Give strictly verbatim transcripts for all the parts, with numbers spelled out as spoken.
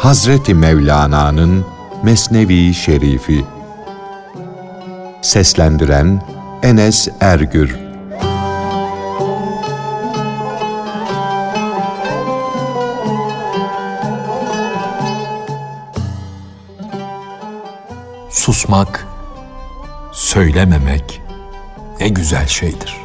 Hazreti Mevlana'nın Mesnevi Şerifi. Seslendiren Enes Ergür. Susmak, söylememek ne güzel şeydir.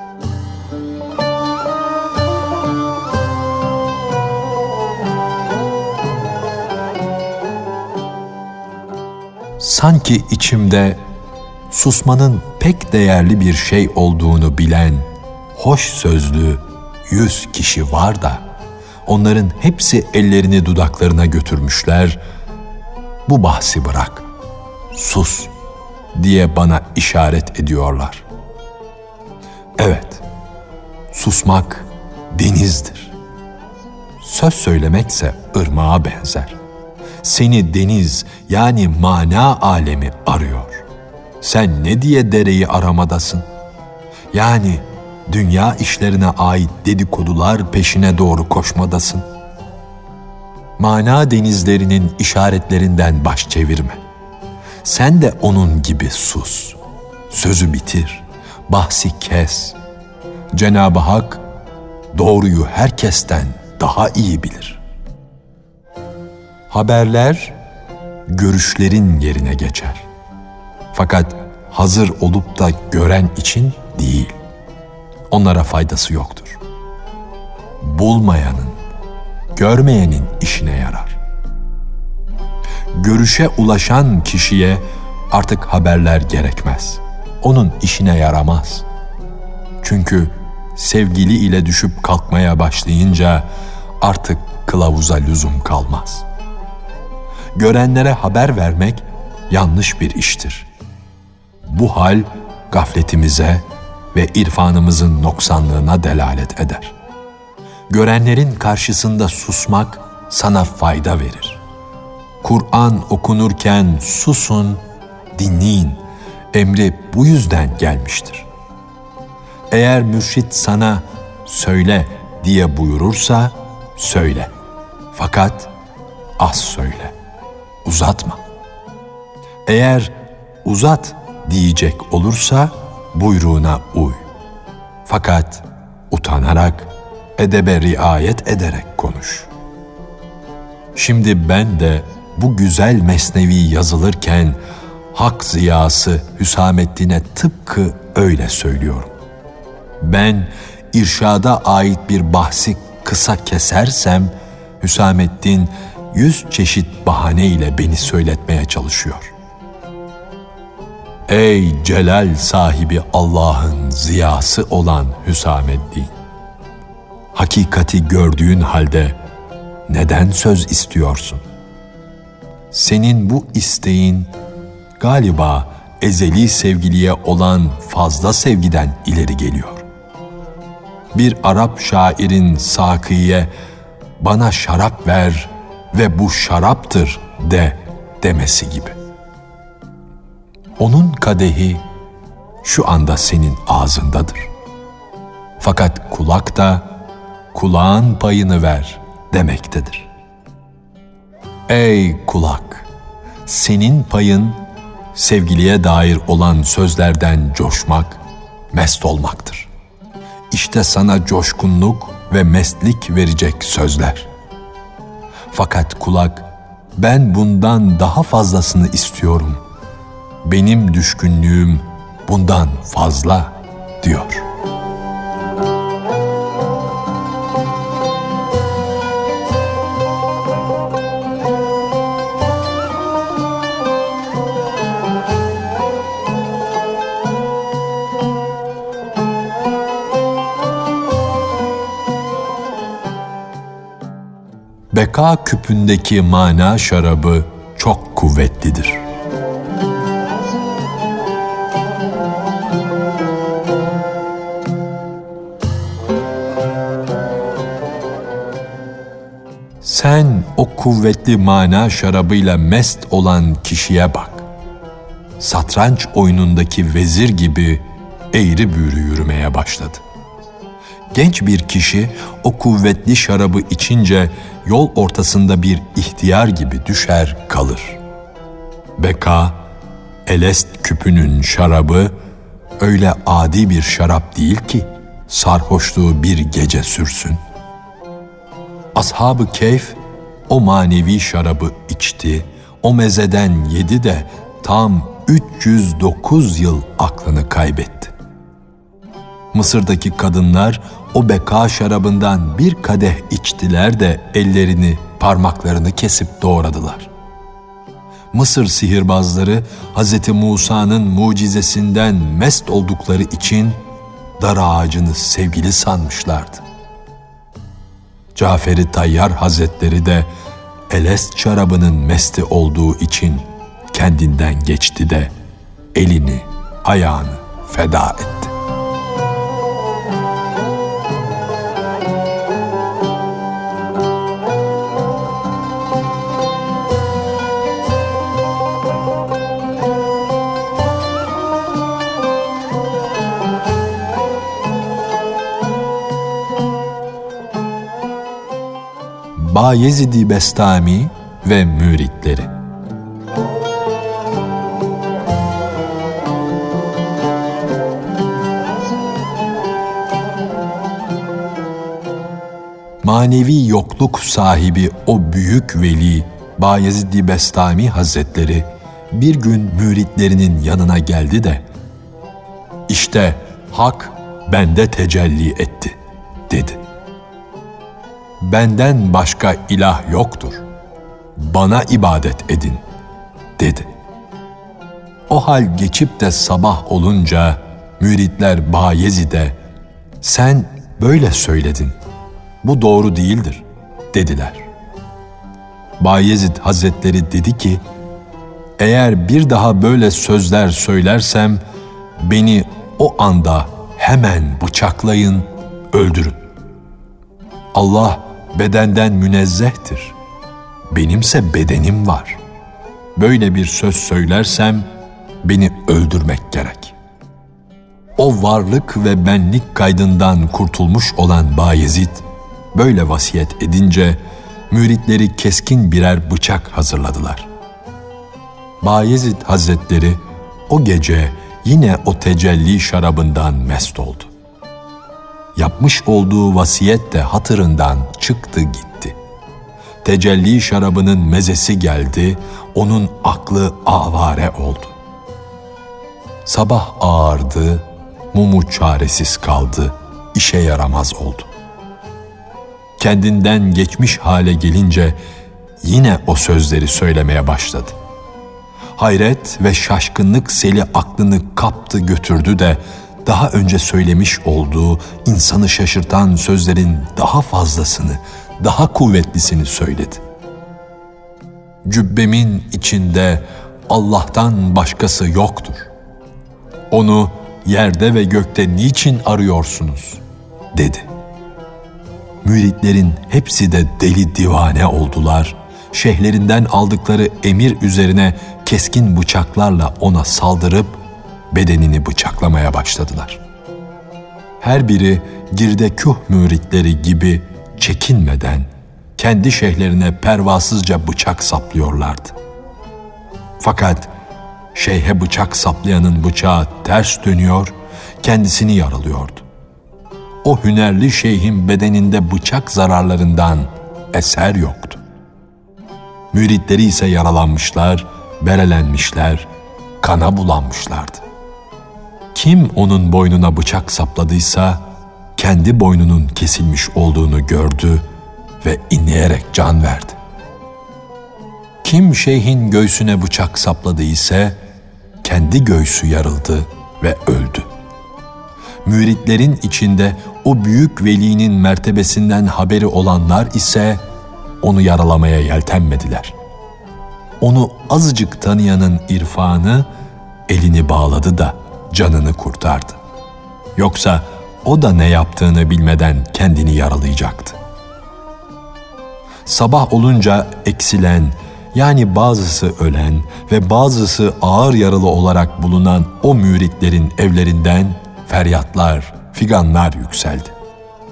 Sanki içimde susmanın pek değerli bir şey olduğunu bilen hoş sözlü yüz kişi var da onların hepsi ellerini dudaklarına götürmüşler. Bu bahsi bırak, sus diye bana işaret ediyorlar. Evet, susmak denizdir. Söz söylemekse ırmağa benzer. Seni deniz yani mana alemi arıyor. Sen ne diye dereyi aramadasın? Yani dünya işlerine ait dedikodular peşine doğru koşmadasın. Mana denizlerinin işaretlerinden baş çevirme. Sen de onun gibi sus. Sözü bitir, bahsi kes. Cenab-ı Hak doğruyu herkesten daha iyi bilir. Haberler görüşlerin yerine geçer. Fakat hazır olup da gören için değil. Onlara faydası yoktur. Bulmayanın, görmeyenin işine yarar. Görüşe ulaşan kişiye artık haberler gerekmez. Onun işine yaramaz. Çünkü sevgili ile düşüp kalkmaya başlayınca artık kılavuza lüzum kalmaz. Görenlere haber vermek yanlış bir iştir. Bu hal gafletimize ve irfanımızın noksanlığına delalet eder. Görenlerin karşısında susmak sana fayda verir. Kur'an okunurken susun, dinleyin emri bu yüzden gelmiştir. Eğer mürşit sana söyle diye buyurursa söyle. Fakat az söyle, uzatma. Eğer uzat diyecek olursa buyruğuna uy. Fakat utanarak, edebe riayet ederek konuş. Şimdi ben de bu güzel mesnevi yazılırken hak ziyası Hüsamettin'e tıpkı öyle söylüyorum. Ben irşada ait bir bahsi kısa kesersem Hüsamettin yüz çeşit bahane ile beni söyletmeye çalışıyor. Ey celal sahibi Allah'ın ziyası olan Hüsamettin! Hakikati gördüğün halde neden söz istiyorsun? Senin bu isteğin galiba ezeli sevgiliye olan fazla sevgiden ileri geliyor. Bir Arap şairin sakiye bana şarap ver ve bu şaraptır de demesi gibi. Onun kadehi şu anda senin ağzındadır. Fakat kulak da kulağın payını ver demektedir. Ey kulak! Senin payın sevgiliye dair olan sözlerden coşmak, mest olmaktır. İşte sana coşkunluk ve mestlik verecek sözler. Fakat kulak, ben bundan daha fazlasını istiyorum. Benim düşkünlüğüm bundan fazla diyor. Beka küpündeki mana şarabı çok kuvvetlidir. Sen o kuvvetli mana şarabıyla mest olan kişiye bak. Satranç oyunundaki vezir gibi eğri büğrü yürümeye başladı. Genç bir kişi o kuvvetli şarabı içince yol ortasında bir ihtiyar gibi düşer kalır. Beka, Elest küpünün şarabı öyle adi bir şarap değil ki sarhoşluğu bir gece sürsün. Ashab-ı Keyf o manevi şarabı içti, o mezeden yedi de tam üç yüz dokuz yıl aklını kaybetti. Mısır'daki kadınlar o beka şarabından bir kadeh içtiler de ellerini, parmaklarını kesip doğradılar. Mısır sihirbazları Hazreti Musa'nın mucizesinden mest oldukları için dar ağacını sevgili sanmışlardı. Cafer-i Tayyar Hazretleri de Elest şarabının mesti olduğu için kendinden geçti de elini, ayağını feda etti. Bayezid-i Bestami ve müritleri. Manevi yokluk sahibi o büyük veli Bayezid-i Bestami Hazretleri bir gün müritlerinin yanına geldi de "İşte Hak bende tecelli etti" dedi. "Benden başka ilah yoktur. Bana ibadet edin" dedi. O hal geçip de sabah olunca müritler Bayezid'e "Sen böyle söyledin. Bu doğru değildir" dediler. Bayezid Hazretleri dedi ki, "Eğer bir daha böyle sözler söylersem beni o anda hemen bıçaklayın, öldürün. Allah bedenden münezzehtir. Benimse bedenim var. Böyle bir söz söylersem beni öldürmek gerek." O varlık ve benlik kaydından kurtulmuş olan Bayezid böyle vasiyet edince müritleri keskin birer bıçak hazırladılar. Bayezid Hazretleri o gece yine o tecelli şarabından mest oldu. Yapmış olduğu vasiyet de hatırından çıktı gitti. Tecelli şarabının mezesi geldi, onun aklı avare oldu. Sabah ağardı, mumu çaresiz kaldı, işe yaramaz oldu. Kendinden geçmiş hale gelince yine o sözleri söylemeye başladı. Hayret ve şaşkınlık seli aklını kaptı götürdü de daha önce söylemiş olduğu insanı şaşırtan sözlerin daha fazlasını, daha kuvvetlisini söyledi. "Cübbemin içinde Allah'tan başkası yoktur. Onu yerde ve gökte niçin arıyorsunuz?" dedi. Müritlerin hepsi de deli divane oldular. Şeyhlerinden aldıkları emir üzerine keskin bıçaklarla ona saldırıp bedenini bıçaklamaya başladılar. Her biri Girdekuh müritleri gibi çekinmeden kendi şeyhlerine pervasızca bıçak saplıyorlardı. Fakat şeyhe bıçak saplayanın bıçağı ters dönüyor, kendisini yaralıyordu. O hünerli şeyhin bedeninde bıçak zararlarından eser yoktu. Müritleri ise yaralanmışlar, berelenmişler, kana bulanmışlardı. Kim onun boynuna bıçak sapladıysa kendi boynunun kesilmiş olduğunu gördü ve inleyerek can verdi. Kim şeyhin göğsüne bıçak sapladı ise kendi göğsü yarıldı ve öldü. Müritlerin içinde o büyük velinin mertebesinden haberi olanlar ise onu yaralamaya yeltenmediler. Onu azıcık tanıyanın irfanı elini bağladı da canını kurtardı. Yoksa o da ne yaptığını bilmeden kendini yaralayacaktı. Sabah olunca eksilen, yani bazısı ölen ve bazısı ağır yaralı olarak bulunan o müritlerin evlerinden feryatlar, figanlar yükseldi.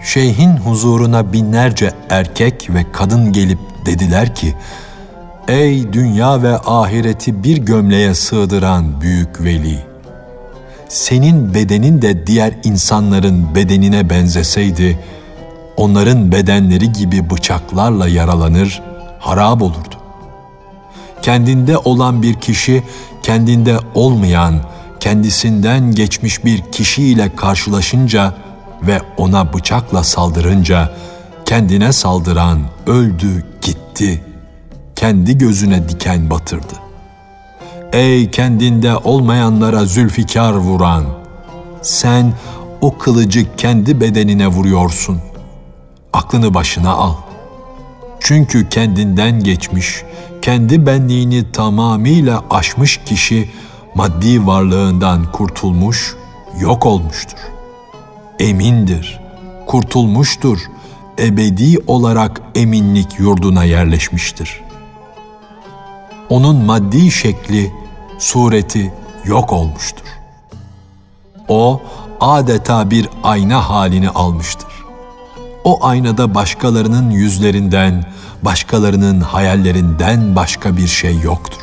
Şeyhin huzuruna binlerce erkek ve kadın gelip dediler ki, ''Ey dünya ve ahireti bir gömleğe sığdıran büyük veli! Senin bedenin de diğer insanların bedenine benzeseydi, onların bedenleri gibi bıçaklarla yaralanır, harap olurdu. Kendinde olan bir kişi, kendinde olmayan, kendisinden geçmiş bir kişiyle karşılaşınca ve ona bıçakla saldırınca, kendine saldıran öldü gitti, kendi gözüne diken batırdı. Ey kendinde olmayanlara zülfikar vuran! Sen o kılıcı kendi bedenine vuruyorsun. Aklını başına al. Çünkü kendinden geçmiş, kendi benliğini tamamıyla aşmış kişi, maddi varlığından kurtulmuş, yok olmuştur. Emindir, kurtulmuştur, ebedi olarak eminlik yurduna yerleşmiştir. Onun maddi şekli, sureti yok olmuştur. O adeta bir ayna halini almıştır. O aynada başkalarının yüzlerinden, başkalarının hayallerinden başka bir şey yoktur.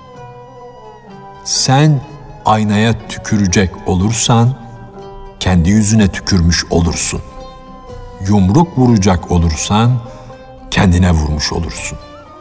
Sen aynaya tükürecek olursan, kendi yüzüne tükürmüş olursun. Yumruk vuracak olursan, kendine vurmuş olursun.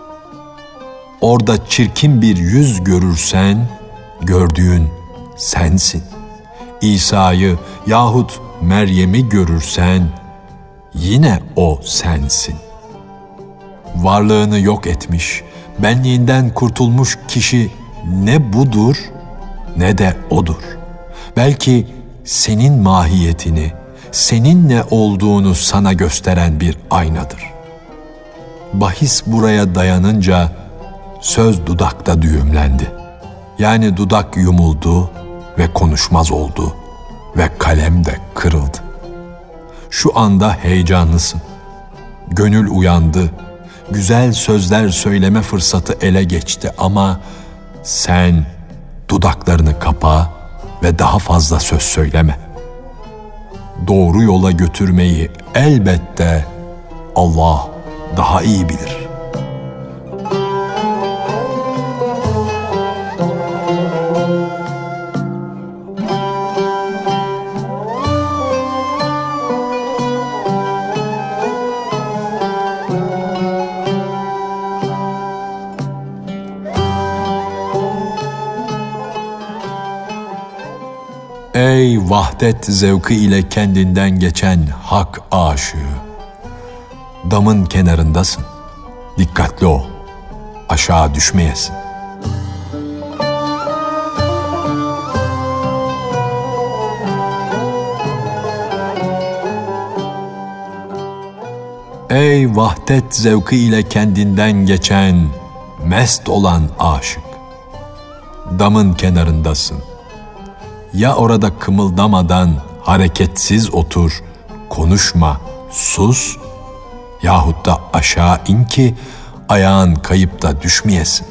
Orada çirkin bir yüz görürsen, gördüğün sensin. İsa'yı yahut Meryem'i görürsen, yine o sensin. Varlığını yok etmiş, benliğinden kurtulmuş kişi ne budur ne de odur. Belki senin mahiyetini, senin ne olduğunu sana gösteren bir aynadır. Bahis buraya dayanınca söz dudakta düğümlendi. Yani dudak yumuldu ve konuşmaz oldu ve kalem de kırıldı. Şu anda heyecanlısın. Gönül uyandı. Güzel sözler söyleme fırsatı ele geçti ama sen dudaklarını kapa ve daha fazla söz söyleme. Doğru yola götürmeyi elbette Allah daha iyi bilir. Ey vahdet zevkı ile kendinden geçen hak aşığı! Damın kenarındasın. Dikkatli ol. Aşağı düşmeyesin. Ey vahdet zevkı ile kendinden geçen, mest olan aşık! Damın kenarındasın. Ya orada kımıldamadan hareketsiz otur, konuşma, sus, yahut da aşağı in ki ayağın kayıp da düşmeyesin.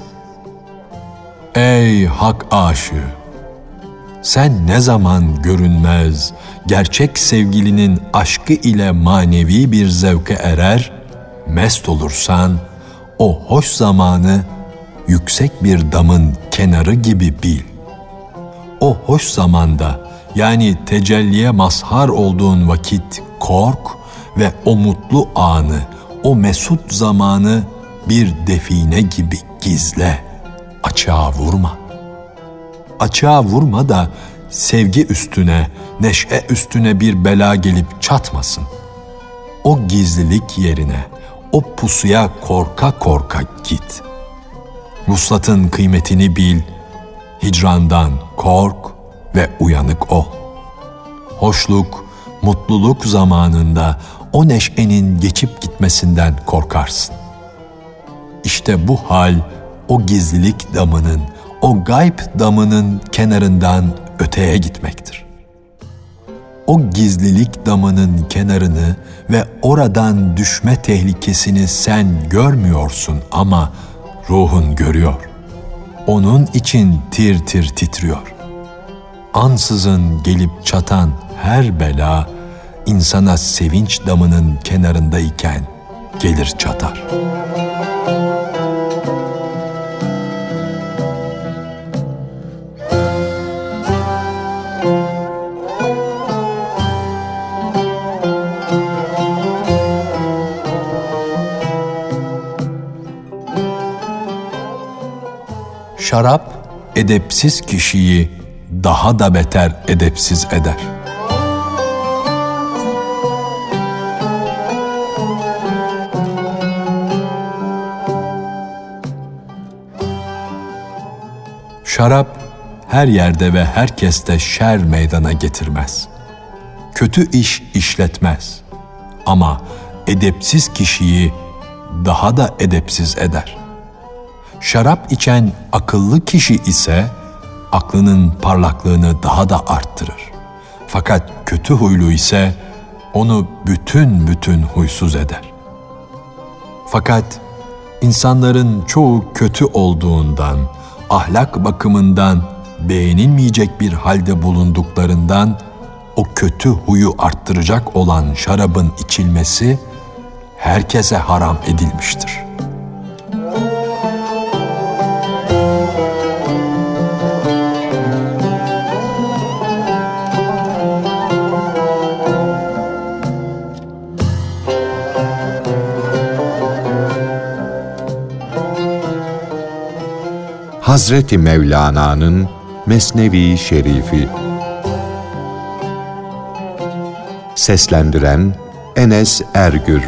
Ey hak aşığı! Sen ne zaman görünmez, gerçek sevgilinin aşkı ile manevi bir zevke erer, mest olursan, o hoş zamanı yüksek bir damın kenarı gibi bil. O hoş zamanda, yani tecelliye mazhar olduğun vakit kork ve o mutlu anı, o mesut zamanı bir define gibi gizle, açığa vurma. Açığa vurma da sevgi üstüne, neşe üstüne bir bela gelip çatmasın. O gizlilik yerine, o pusuya korka korka git. Vuslatın kıymetini bil, hicrandan kork ve uyanık ol. Hoşluk, mutluluk zamanında o neşenin geçip gitmesinden korkarsın. İşte bu hal o gizlilik damının, o gayb damının kenarından öteye gitmektir. O gizlilik damının kenarını ve oradan düşme tehlikesini sen görmüyorsun ama ruhun görüyor. Onun için tir tir titriyor. Ansızın gelip çatan her bela insana sevinç damının kenarındayken gelir çatar. Şarap, edepsiz kişiyi daha da beter edepsiz eder. Şarap, her yerde ve herkeste şer meydana getirmez. Kötü iş işletmez. Ama edepsiz kişiyi daha da edepsiz eder. Şarap içen akıllı kişi ise aklının parlaklığını daha da arttırır. Fakat kötü huylu ise onu bütün bütün huysuz eder. Fakat insanların çoğu kötü olduğundan, ahlak bakımından beğenilmeyecek bir halde bulunduklarından o kötü huyu arttıracak olan şarabın içilmesi herkese haram edilmiştir. Hazreti Mevlana'nın Mesnevi Şerifi. Seslendiren Enes Ergür.